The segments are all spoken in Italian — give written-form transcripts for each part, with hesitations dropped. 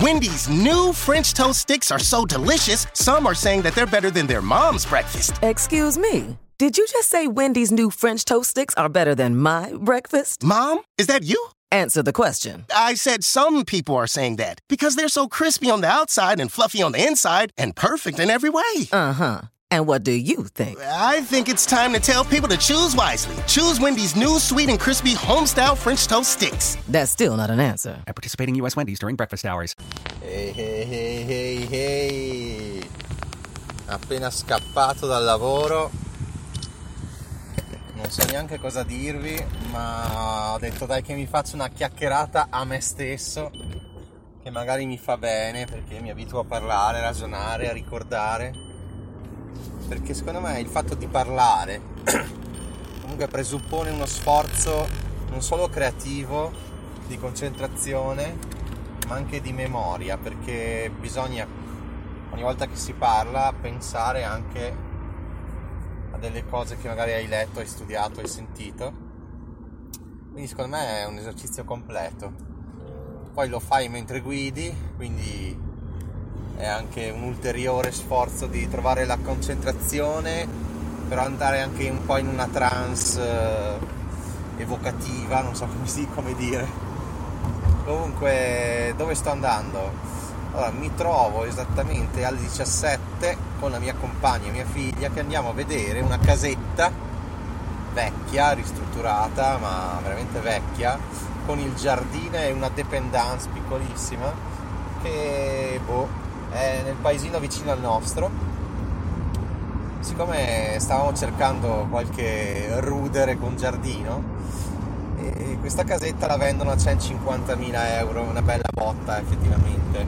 Wendy's new French toast sticks are so delicious, some are saying that they're better than their mom's breakfast. Excuse me. Did you just say Wendy's new French toast sticks are better than my breakfast? Mom, is that you? Answer the question. I said some people are saying that because they're so crispy on the outside and fluffy on the inside and perfect in every way. Uh-huh. And what do you think? I think it's time to tell people to choose wisely. Choose Wendy's new sweet and crispy home-style French toast sticks. That's still not an answer. At participating U.S. Wendy's during breakfast hours. Hey. Appena scappato dal lavoro. Non so neanche cosa dirvi, ma ho detto dai che mi faccio una chiacchierata a me stesso, che magari mi fa bene, perché mi abituo a parlare, a ragionare, a ricordare. Perché secondo me il fatto di parlare comunque presuppone uno sforzo non solo creativo, di concentrazione, ma anche di memoria, perché bisogna ogni volta che si parla pensare anche a delle cose che magari hai letto, hai studiato, hai sentito. Quindi secondo me è un esercizio completo. Poi lo fai mentre guidi, quindi è anche un ulteriore sforzo di trovare la concentrazione, però andare anche un po' in una trance evocativa, non so come dire. Comunque, dove sto andando? Allora, mi trovo esattamente alle 17 con la mia compagna e mia figlia che andiamo a vedere una casetta vecchia, ristrutturata, ma veramente vecchia, con il giardino e una dépendance piccolissima che è nel paesino vicino al nostro. Siccome stavamo cercando qualche rudere con giardino, e questa casetta la vendono a 150.000 euro, una bella botta effettivamente.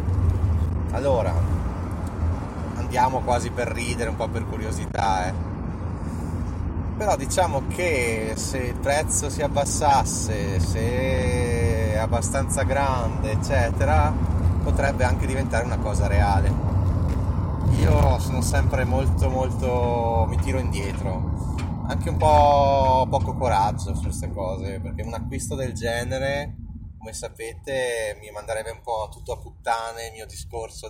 Allora andiamo quasi per ridere, un po' per curiosità, però diciamo che se il prezzo si abbassasse, se è abbastanza grande eccetera, potrebbe anche diventare una cosa reale. Io sono sempre molto mi tiro indietro, anche un po' poco coraggio su queste cose, perché un acquisto del genere, come sapete, mi manderebbe un po' tutto a puttane il mio discorso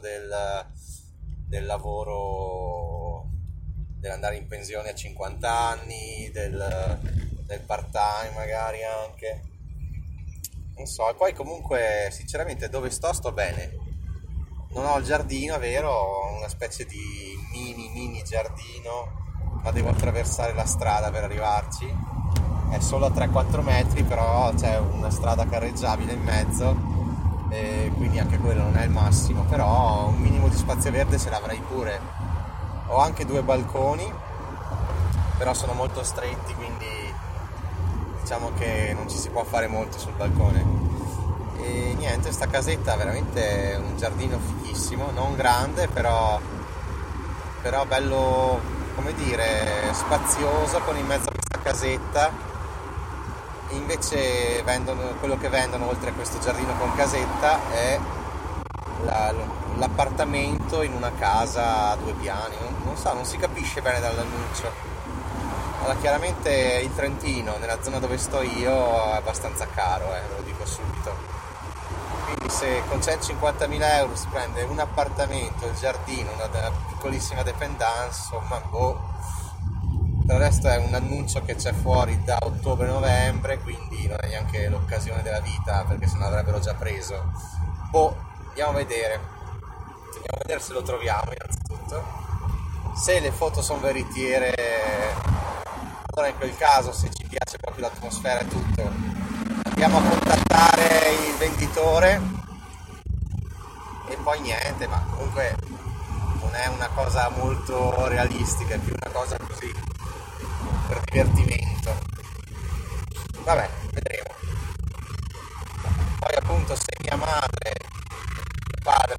del lavoro, dell'andare in pensione a 50 anni, del part time magari anche. Non so, e poi comunque sinceramente dove sto bene. Non ho il giardino, è vero, ho una specie di mini giardino, ma devo attraversare la strada per arrivarci. È solo a 3-4 metri, però c'è una strada carreggiabile in mezzo, e quindi anche quello non è il massimo, però un minimo di spazio verde ce l'avrei pure. Ho anche 2 balconi, però sono molto stretti, quindi diciamo che non ci si può fare molto sul balcone. E niente, sta casetta è veramente un giardino fighissimo, non grande, però bello, come dire, spazioso, con in mezzo a questa casetta. E invece quello che vendono oltre a questo giardino con casetta è l'appartamento in una casa a 2 piani. Non so, non si capisce bene dall'annuncio. Allora, chiaramente il Trentino, nella zona dove sto io, è abbastanza caro, ve lo dico subito. Quindi se con 150.000 euro si prende un appartamento, il giardino, una piccolissima dépendance, insomma, Per il resto è un annuncio che c'è fuori da ottobre-novembre, quindi non è neanche l'occasione della vita, perché se no avrebbero già preso. Andiamo a vedere se lo troviamo innanzitutto. Se le foto sono veritiere, allora in quel caso, se ci piace proprio l'atmosfera e tutto, andiamo a contattare il venditore e poi niente, ma comunque non è una cosa molto realistica, è più una cosa così per divertimento. Vabbè, vedremo. Poi appunto, se mia madre e mio padre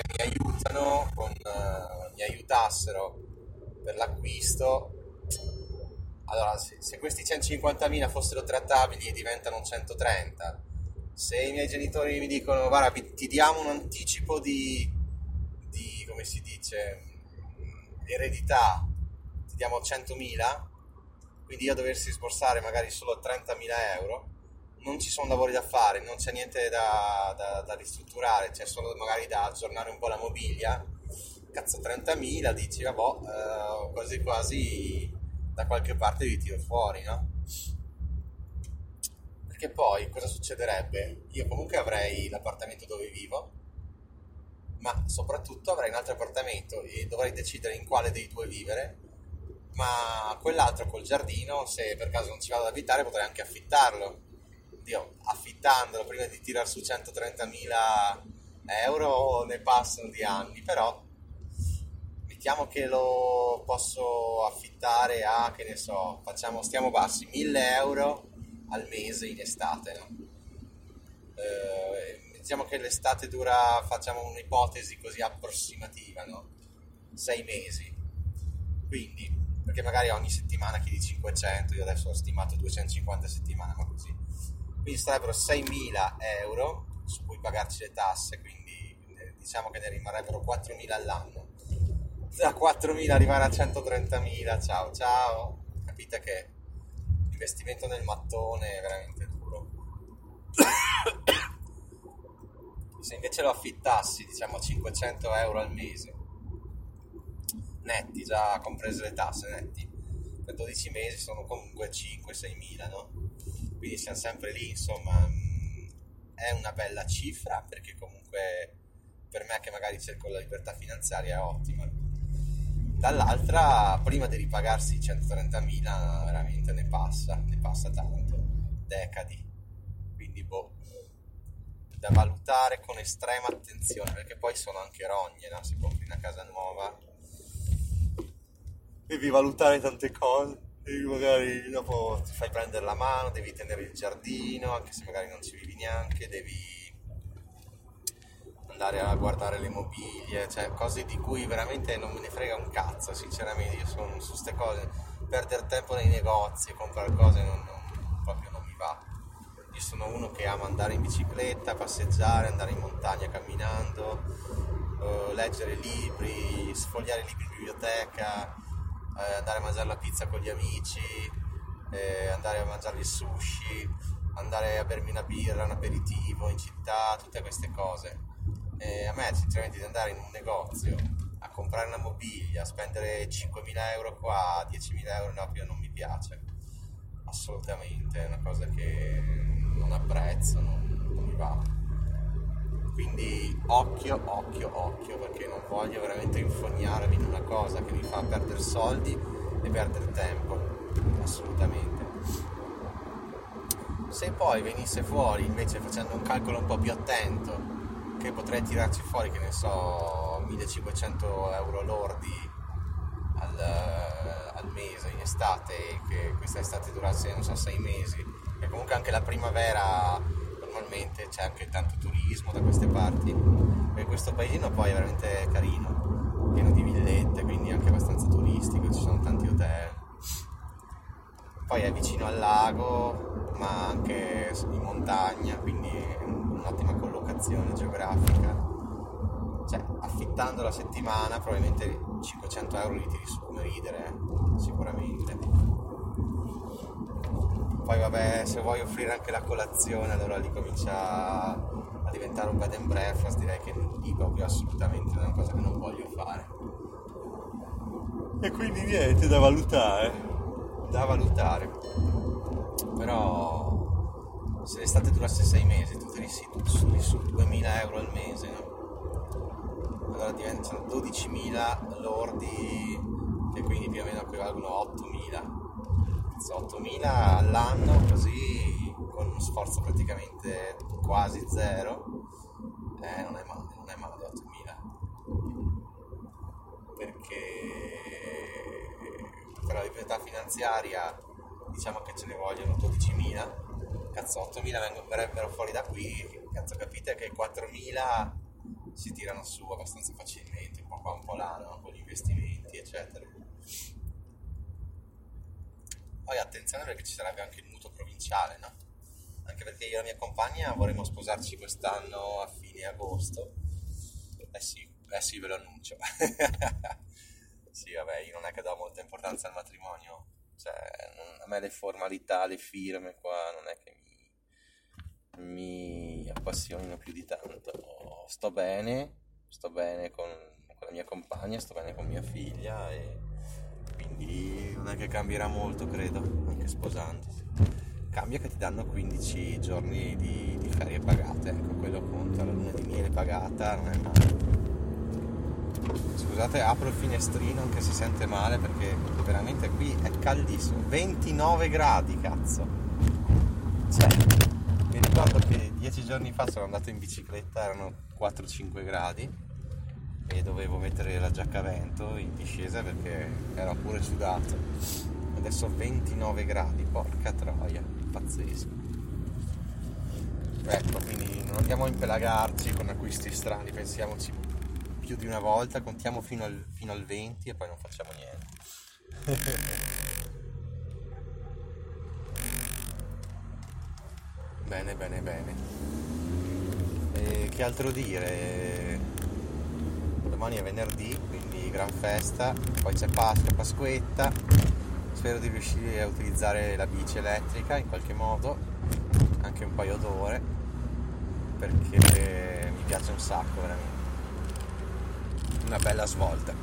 mi aiutassero per l'acquisto, allora se questi 150.000 fossero trattabili e diventano 130, se i miei genitori mi dicono guarda, ti diamo un anticipo di come si dice, eredità, ti diamo 100.000, quindi io dovessi sborsare magari solo 30.000 euro, non ci sono lavori da fare, non c'è niente da ristrutturare, c'è solo magari da aggiornare un po' la mobilia, cazzo 30.000, dici vabbè, quasi quasi da qualche parte li tiro fuori, no? Perché poi cosa succederebbe? Io comunque avrei l'appartamento dove vivo, ma soprattutto avrei un altro appartamento e dovrei decidere in quale dei due vivere, ma quell'altro col giardino, se per caso non ci vado ad abitare, potrei anche affittarlo. Dio, affittandolo prima di tirar su 130.000 euro ne passano di anni, però mettiamo che lo posso affittare a, che ne so, stiamo bassi, 1.000 euro al mese in estate, no? Diciamo che l'estate dura, facciamo un'ipotesi così approssimativa, no? 6 mesi, quindi, perché magari ogni settimana chiedi 500, io adesso ho stimato 250 a settimana, ma così, quindi sarebbero 6.000 euro su cui pagarci le tasse, quindi diciamo che ne rimarrebbero 4.000 all'anno. Da 4.000 arrivare a 130.000, ciao, capite che l'investimento nel mattone è veramente duro. Se invece lo affittassi, diciamo, a 500 euro al mese, netti, già comprese le tasse, netti, per 12 mesi sono comunque 5-6.000, no? Quindi siamo sempre lì, insomma, è una bella cifra, perché comunque per me che magari cerco la libertà finanziaria è ottima. Dall'altra, prima di ripagarsi 130.000 veramente ne passa tanto, decadi, quindi da valutare con estrema attenzione, perché poi sono anche rogne, no? Se compri una casa nuova devi valutare tante cose, devi magari dopo ti fai prendere la mano, devi tenere il giardino, anche se magari non ci vivi neanche, devi andare a guardare le mobilie, cioè cose di cui veramente non me ne frega un cazzo, sinceramente. Io sono su ste cose, perdere tempo nei negozi, comprare cose proprio non mi va. Io sono uno che ama andare in bicicletta, passeggiare, andare in montagna camminando, leggere libri, sfogliare libri in biblioteca, andare a mangiare la pizza con gli amici, andare a mangiare il sushi, andare a bermi una birra, un aperitivo in città, tutte queste cose. A me sinceramente di andare in un negozio a comprare una mobilia, spendere 5.000 euro qua, 10.000 euro no, non mi piace assolutamente, è una cosa che non apprezzo, non mi va. Quindi occhio, perché non voglio veramente infognarmi in una cosa che mi fa perdere soldi e perdere tempo, assolutamente. Se poi venisse fuori invece, facendo un calcolo un po' più attento, che potrei tirarci fuori, che ne so, 1.500 euro lordi al mese in estate, che questa estate durasse, non so, 6 mesi, e comunque anche la primavera normalmente c'è anche tanto turismo da queste parti, e questo paesino poi è veramente carino, pieno di villette, quindi anche abbastanza turistico, ci sono tanti hotel, poi è vicino al lago ma anche in montagna, quindi è un'ottima collocazione geografica. Cioè, affittando la settimana probabilmente 500 euro li tiri su come ridere, sicuramente. Poi vabbè, se vuoi offrire anche la colazione, allora lì comincia a diventare un bed and breakfast, direi che lì proprio assolutamente è una cosa che non voglio fare. E quindi niente, da valutare. Però se l'estate durasse 6 mesi tu tiri su 2.000 euro al mese, no? Allora diventano 12.000 lordi, che quindi più o meno equivalgono a 8.000. 8.000 all'anno, così con uno sforzo praticamente quasi zero, non è male 8.000, perché per la libertà finanziaria diciamo che ce ne vogliono 12.000, cazzo 8.000 verrebbero fuori da qui, cazzo capite che 4.000 si tirano su abbastanza facilmente, un po' qua un po' là, no? Con gli investimenti eccetera. Poi attenzione perché ci sarebbe anche il mutuo provinciale, no? Anche perché io e la mia compagna vorremmo sposarci quest'anno a fine agosto. Sì, ve lo annuncio. Sì, vabbè, io non è che do molta importanza al matrimonio, cioè a me le formalità, le firme qua non è che mi appassionino più di tanto. Sto bene con la mia compagna, sto bene con mia figlia e quindi non è che cambierà molto, credo, anche sposandosi. Cambia che ti danno 15 giorni di ferie pagate, ecco, quello conta, la luna di miele pagata non è male. Scusate, apro il finestrino anche se sente male perché veramente qui è caldissimo, 29 gradi, cazzo. Cioè, mi ricordo che 10 giorni fa sono andato in bicicletta, erano 4-5 gradi e dovevo mettere la giacca a vento in discesa perché ero pure sudato. Adesso 29 gradi, porca troia, pazzesco. Ecco, quindi non andiamo a impelagarci con acquisti strani, pensiamoci più di una volta, contiamo fino al 20 e poi non facciamo niente. Bene. E che altro dire? Domani è venerdì, quindi gran festa, poi c'è Pasquetta, spero di riuscire a utilizzare la bici elettrica in qualche modo, anche un paio d'ore, perché mi piace un sacco veramente. Una bella svolta.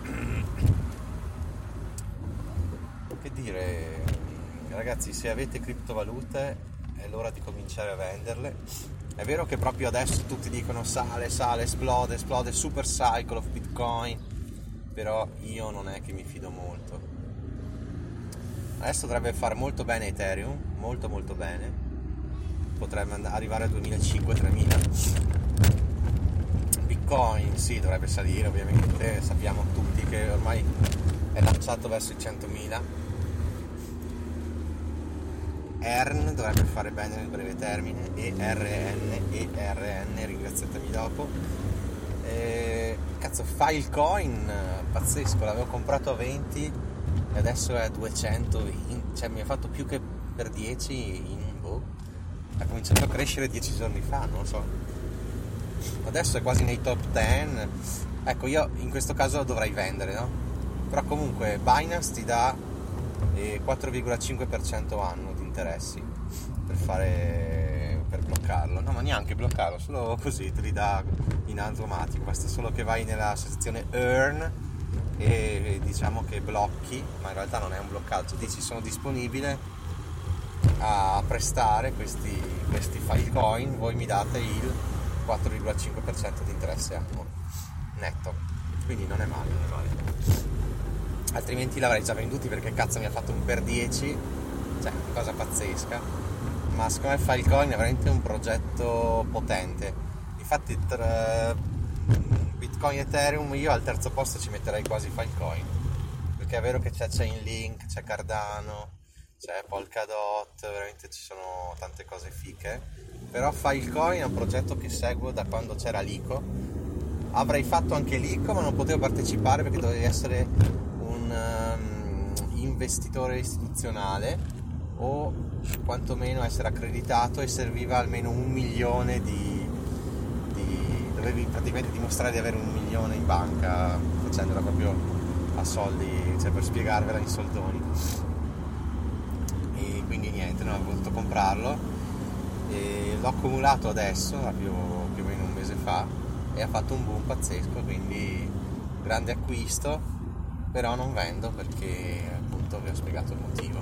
Che dire, ragazzi, se avete criptovalute è l'ora di cominciare a venderle. È vero che proprio adesso tutti dicono sale, esplode, super cycle of Bitcoin, però io non è che mi fido molto. Adesso dovrebbe fare molto bene Ethereum, molto bene, potrebbe arrivare a 2.500-3.000. Bitcoin sì, dovrebbe salire, ovviamente, sappiamo tutti che ormai è lanciato verso i 100.000. ERN dovrebbe fare bene nel breve termine, ERN, ringraziatemi dopo. Cazzo, Filecoin, pazzesco, l'avevo comprato a 20 e adesso è a 220, cioè mi ha fatto più che per 10 ha cominciato a crescere 10 giorni fa, non so. Adesso è quasi nei top 10. Ecco, io in questo caso dovrei vendere, no? Però comunque Binance ti dà 4,5% anno di interessi per bloccarlo. No, ma neanche bloccarlo, solo così te li dà in automatico. Basta solo che vai nella sezione Earn e diciamo che blocchi, ma in realtà non è un bloccaggio, dici sono disponibile a prestare questi Filecoin, voi mi date il 4,5% di interesse annuo netto, quindi non è male, altrimenti l'avrei già venduti perché cazzo mi ha fatto un per 10, cioè una cosa pazzesca. Ma secondo me Filecoin è veramente un progetto potente, infatti tra Bitcoin e Ethereum io al terzo posto ci metterei quasi Filecoin, perché è vero che c'è Chainlink, c'è Cardano, c'è Polkadot, veramente ci sono tante cose fiche. Però Filecoin è un progetto che seguo da quando c'era l'ICO. Avrei fatto anche l'ICO ma non potevo partecipare perché dovevi essere un investitore istituzionale o quantomeno essere accreditato e serviva almeno 1 milione dovevi praticamente dimostrare di avere 1 milione in banca, facendola proprio a soldi, cioè per spiegarvela in soldoni. E quindi niente, non ho voluto comprarlo. E l'ho accumulato adesso, più o meno un mese fa, e ha fatto un boom pazzesco, quindi grande acquisto, però non vendo perché appunto vi ho spiegato il motivo.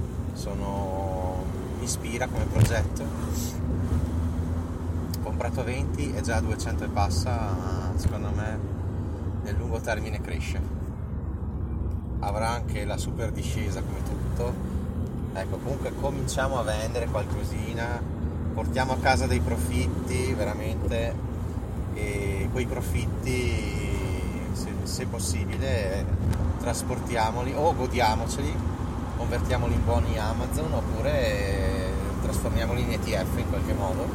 Mi ispira come progetto, comprato a 20 e già a 200 e passa, secondo me nel lungo termine cresce, avrà anche la super discesa come tutto. Ecco, comunque cominciamo a vendere qualcosina, portiamo a casa dei profitti veramente, e quei profitti se possibile trasportiamoli o godiamoceli, convertiamoli in buoni Amazon oppure trasformiamoli in ETF in qualche modo,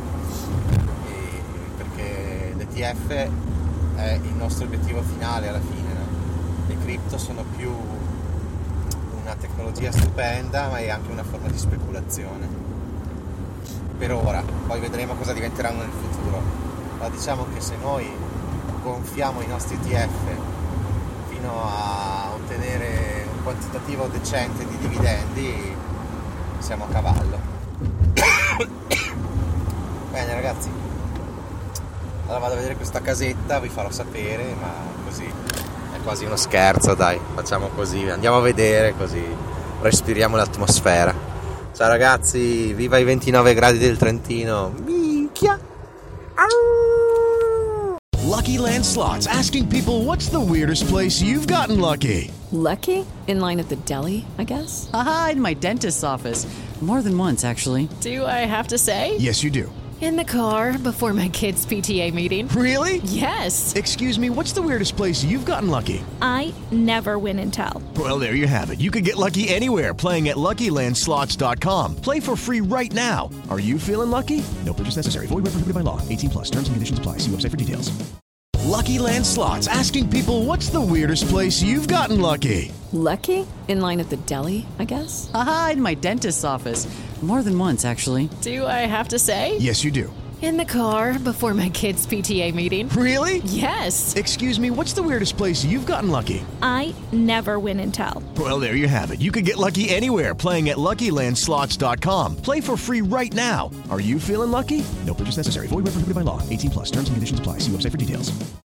perché l'ETF è il nostro obiettivo finale alla fine, no? Le cripto sono più una tecnologia stupenda ma è anche una forma di speculazione per ora, poi vedremo cosa diventeranno nel futuro. Ma diciamo che se noi gonfiamo i nostri ETF fino a ottenere un quantitativo decente di dividendi siamo a cavallo. Bene ragazzi, allora vado a vedere questa casetta, vi farò sapere, ma così è quasi uno scherzo, dai, facciamo così, andiamo a vedere così respiriamo l'atmosfera. Ciao ragazzi, viva i 29 gradi del Trentino. Minchia. Lucky Land Slots, asking people, what's the weirdest place you've gotten lucky? Lucky? In line at the deli, I guess? Aha, in my dentist's office. More than once, actually. Do I have to say? Yes, you do. In the car before my kids' PTA meeting. Really? Yes. Excuse me, what's the weirdest place you've gotten lucky? I never win and tell. Well, there you have it. You can get lucky anywhere, playing at LuckyLandSlots.com. Play for free right now. Are you feeling lucky? No purchase necessary. Void where prohibited by law. 18+. Terms and conditions apply. See website for details. Lucky Land Slots, asking people, what's the weirdest place you've gotten lucky? Lucky? In line at the deli, I guess? Aha, in my dentist's office. More than once, actually. Do I have to say? Yes, you do. In the car before my kids' PTA meeting. Really? Yes. Excuse me, what's the weirdest place you've gotten lucky? I never win and tell. Well, there you have it. You can get lucky anywhere, playing at LuckyLandSlots.com. Play for free right now. Are you feeling lucky? No purchase necessary. Void where prohibited by law. 18+. Terms and conditions apply. See website for details.